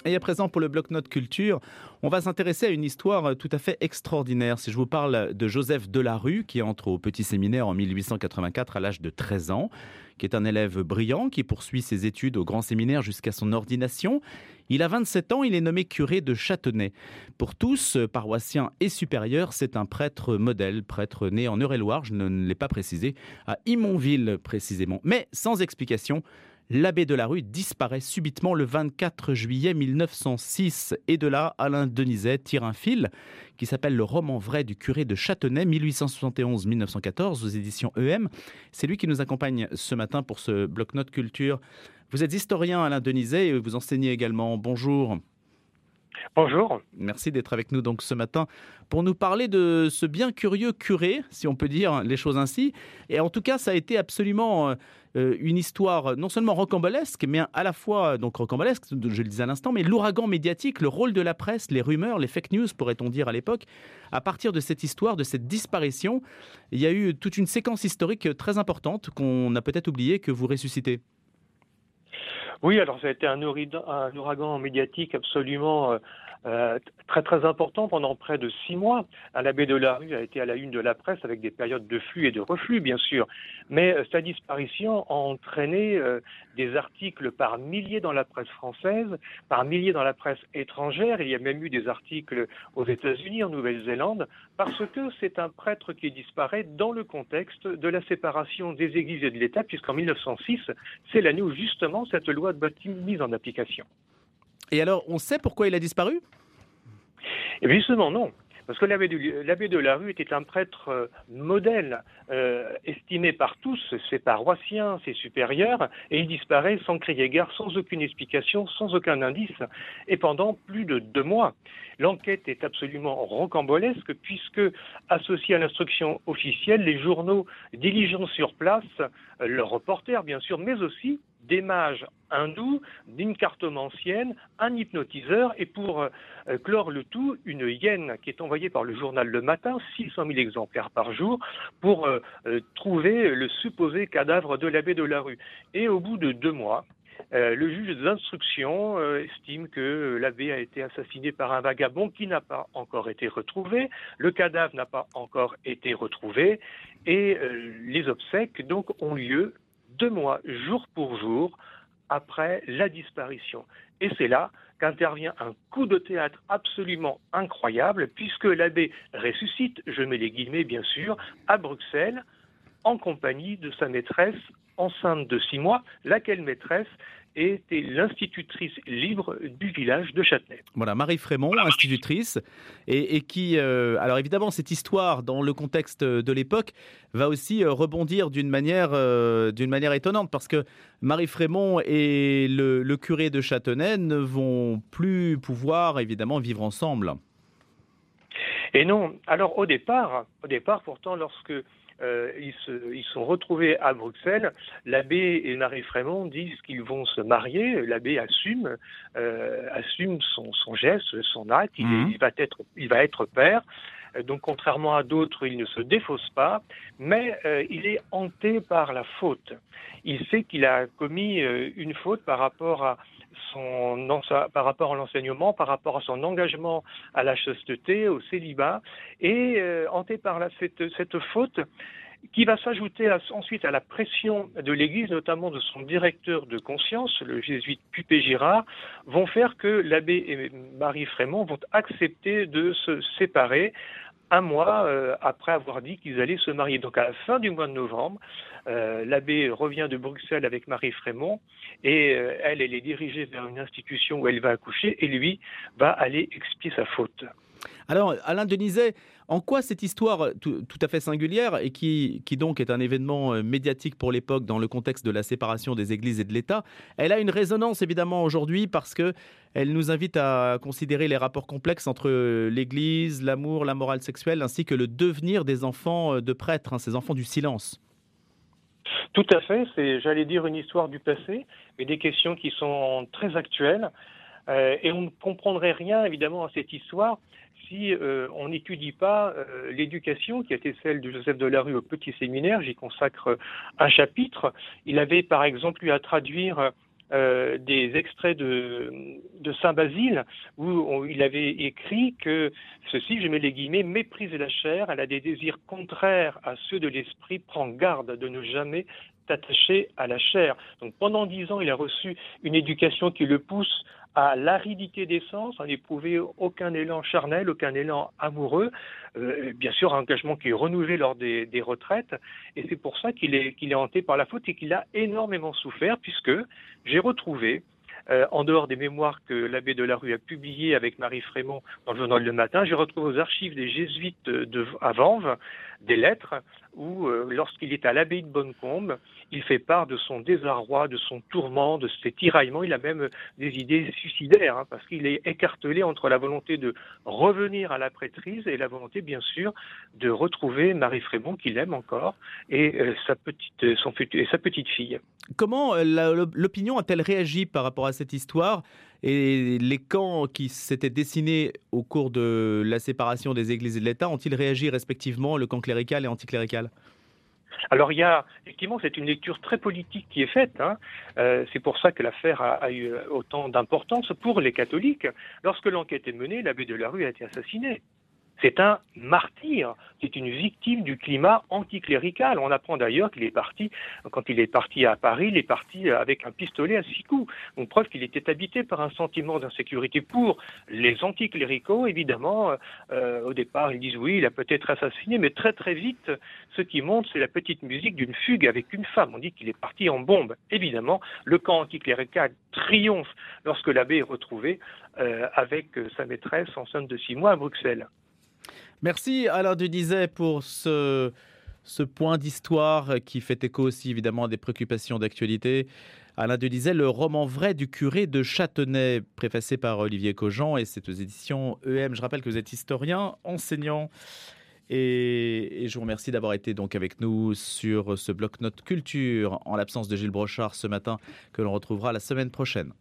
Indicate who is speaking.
Speaker 1: Et à présent, pour le bloc-notes culture, on va s'intéresser à une histoire tout à fait extraordinaire. Si je vous parle de Joseph Delarue, qui entre au petit séminaire en 1884 à l'âge de 13 ans, qui est un élève brillant, qui poursuit ses études au grand séminaire jusqu'à son ordination. Il a 27 ans, il est nommé curé de Châtenay. Pour tous, paroissiens et supérieurs, c'est un prêtre modèle, prêtre né en Eure-et-Loire, je ne l'ai pas précisé, à Imonville précisément. Mais sans explication, l'abbé Delarue disparaît subitement le 24 juillet 1906. Et de là, Alain Denizet tire un fil qui s'appelle Le roman vrai du curé de Châtenay, 1871-1914, aux éditions EM. C'est lui qui nous accompagne ce matin pour ce bloc-notes culture. Vous êtes historien, Alain Denizet, et vous enseignez également. Bonjour.
Speaker 2: Bonjour.
Speaker 1: Merci d'être avec nous donc ce matin pour nous parler de ce bien curieux curé, si on peut dire les choses ainsi. Et en tout cas, ça a été absolument une histoire non seulement rocambolesque, mais à la fois donc rocambolesque, je le disais à l'instant, mais l'ouragan médiatique, le rôle de la presse, les rumeurs, les fake news, pourrait-on dire à l'époque. À partir de cette histoire, de cette disparition, il y a eu toute une séquence historique très importante qu'on a peut-être oublié que vous ressuscitez.
Speaker 2: Oui, alors ça a été un ouragan médiatique absolument très très important pendant près de 6 mois. L'abbé Delarue a été à la une de la presse avec des périodes de flux et de reflux, bien sûr. Mais sa disparition a entraîné des articles par milliers dans la presse française, par milliers dans la presse étrangère. Il y a même eu des articles aux États-Unis, en Nouvelle-Zélande, parce que c'est un prêtre qui disparaît dans le contexte de la séparation des églises et de l'État, puisqu'en 1906, c'est l'année où justement cette loi doit être mise en application.
Speaker 1: Et alors, on sait pourquoi il a disparu ?
Speaker 2: Et bien justement, non. Parce que l'abbé Delarue était un prêtre modèle, estimé par tous, ses paroissiens, ses supérieurs, et il disparaît sans crier gare, sans aucune explication, sans aucun indice, et pendant plus de 2 mois. L'enquête est absolument rocambolesque, puisque, associés à l'instruction officielle, les journaux diligencent sur place leurs reporters, bien sûr, mais aussi des mages hindous, d'une cartomancienne, un hypnotiseur et pour clore le tout, une hyène qui est envoyée par le journal Le Matin, 600 000 exemplaires par jour, pour trouver le supposé cadavre de l'abbé Delarue. Et au bout de 2 mois, le juge d'instruction estime que l'abbé a été assassiné par un vagabond qui n'a pas encore été retrouvé, le cadavre n'a pas encore été retrouvé et les obsèques donc ont lieu 2 mois, jour pour jour, après la disparition. Et c'est là qu'intervient un coup de théâtre absolument incroyable, puisque l'abbé ressuscite, je mets les guillemets bien sûr, à Bruxelles, en compagnie de sa maîtresse enceinte de 6 mois, laquelle maîtresse était l'institutrice libre du village de Châtenay.
Speaker 1: Voilà, Marie Frémont, institutrice, et qui, alors évidemment, cette histoire, dans le contexte de l'époque, va aussi rebondir d'une manière étonnante, parce que Marie Frémont et le curé de Châtenay ne vont plus pouvoir, évidemment, vivre ensemble.
Speaker 2: Et non, alors au départ pourtant, lorsque ils sont retrouvés à Bruxelles, l'abbé et Marie Frémont disent qu'ils vont se marier. L'abbé assume son geste, son acte, il va être père. Donc contrairement à d'autres, il ne se défausse pas, mais il est hanté par la faute. Il sait qu'il a commis une faute par rapport à l'enseignement, par rapport à son engagement à la chasteté, au célibat, et hanté par cette faute qui va s'ajouter ensuite à la pression de l'Église, notamment de son directeur de conscience, le jésuite Pupé Girard, vont faire que l'abbé et Marie Frémont vont accepter de se séparer 1 mois après avoir dit qu'ils allaient se marier. Donc à la fin du mois de novembre, l'abbé revient de Bruxelles avec Marie Frémont et elle est dirigée vers une institution où elle va accoucher et lui va aller expier sa faute.
Speaker 1: Alors, Alain Denizet, en quoi cette histoire tout à fait singulière et qui donc est un événement médiatique pour l'époque dans le contexte de la séparation des églises et de l'État, elle a une résonance évidemment aujourd'hui parce qu'elle nous invite à considérer les rapports complexes entre l'Église, l'amour, la morale sexuelle ainsi que le devenir des enfants de prêtres, ces enfants du silence.
Speaker 2: Tout à fait, c'est, j'allais dire, une histoire du passé, mais des questions qui sont très actuelles. Et on ne comprendrait rien, évidemment, à cette histoire si on n'étudie pas l'éducation qui a été celle de Joseph Delarue au Petit Séminaire. J'y consacre un chapitre. Il avait, par exemple, eu à traduire des extraits de Saint-Basile où il avait écrit que ceci, je mets les guillemets, méprise la chair, elle a des désirs contraires à ceux de l'esprit, prends garde de ne jamais t'attacher à la chair. Donc pendant 10 ans, il a reçu une éducation qui le pousse à l'aridité des sens, à n'éprouver aucun élan charnel, aucun élan amoureux, bien sûr un engagement qui est renouvelé lors des retraites, et c'est pour ça qu'il est hanté par la faute et qu'il a énormément souffert, puisque j'ai retrouvé, en dehors des mémoires que l'abbé de la Rue a publiées avec Marie Frémont dans le journal Le Matin, j'ai retrouvé aux archives des jésuites à Vanves des lettres où, lorsqu'il est à l'abbaye de Bonnecombe, il fait part de son désarroi, de son tourment, de ses tiraillements. Il a même des idées suicidaires, hein, parce qu'il est écartelé entre la volonté de revenir à la prêtrise et la volonté, bien sûr, de retrouver Marie Frémont, qu'il aime encore, et sa petite fille.
Speaker 1: Comment l'opinion a-t-elle réagi par rapport à cette histoire et les camps qui s'étaient dessinés au cours de la séparation des églises et de l'État ont-ils réagi respectivement, le camp clérical et anticlérical ?
Speaker 2: Alors effectivement, c'est une lecture très politique qui est faite, hein. C'est pour ça que l'affaire a eu autant d'importance pour les catholiques. Lorsque l'enquête est menée, l'abbé de la Rue a été assassiné. C'est un martyr, c'est une victime du climat anticlérical. On apprend d'ailleurs qu'il est parti, quand il est parti à Paris, il est parti avec un pistolet à 6 coups. Donc preuve qu'il était habité par un sentiment d'insécurité. Pour les anticléricaux, évidemment, au départ, ils disent oui, il a peut-être assassiné, mais très très vite, ce qui monte, c'est la petite musique d'une fugue avec une femme. On dit qu'il est parti en bombe. Évidemment, le camp anticlérical triomphe lorsque l'abbé est retrouvé avec sa maîtresse enceinte de 6 mois à Bruxelles.
Speaker 1: Merci Alain Dudizet pour ce point d'histoire qui fait écho aussi évidemment à des préoccupations d'actualité. Alain Dudizet, le roman vrai du curé de Châtenay, préfacé par Olivier Cogent, et c'est aux éditions EM. Je rappelle que vous êtes historien, enseignant, et je vous remercie d'avoir été donc avec nous sur ce bloc-notes culture, en l'absence de Gilles Brochard ce matin, que l'on retrouvera la semaine prochaine.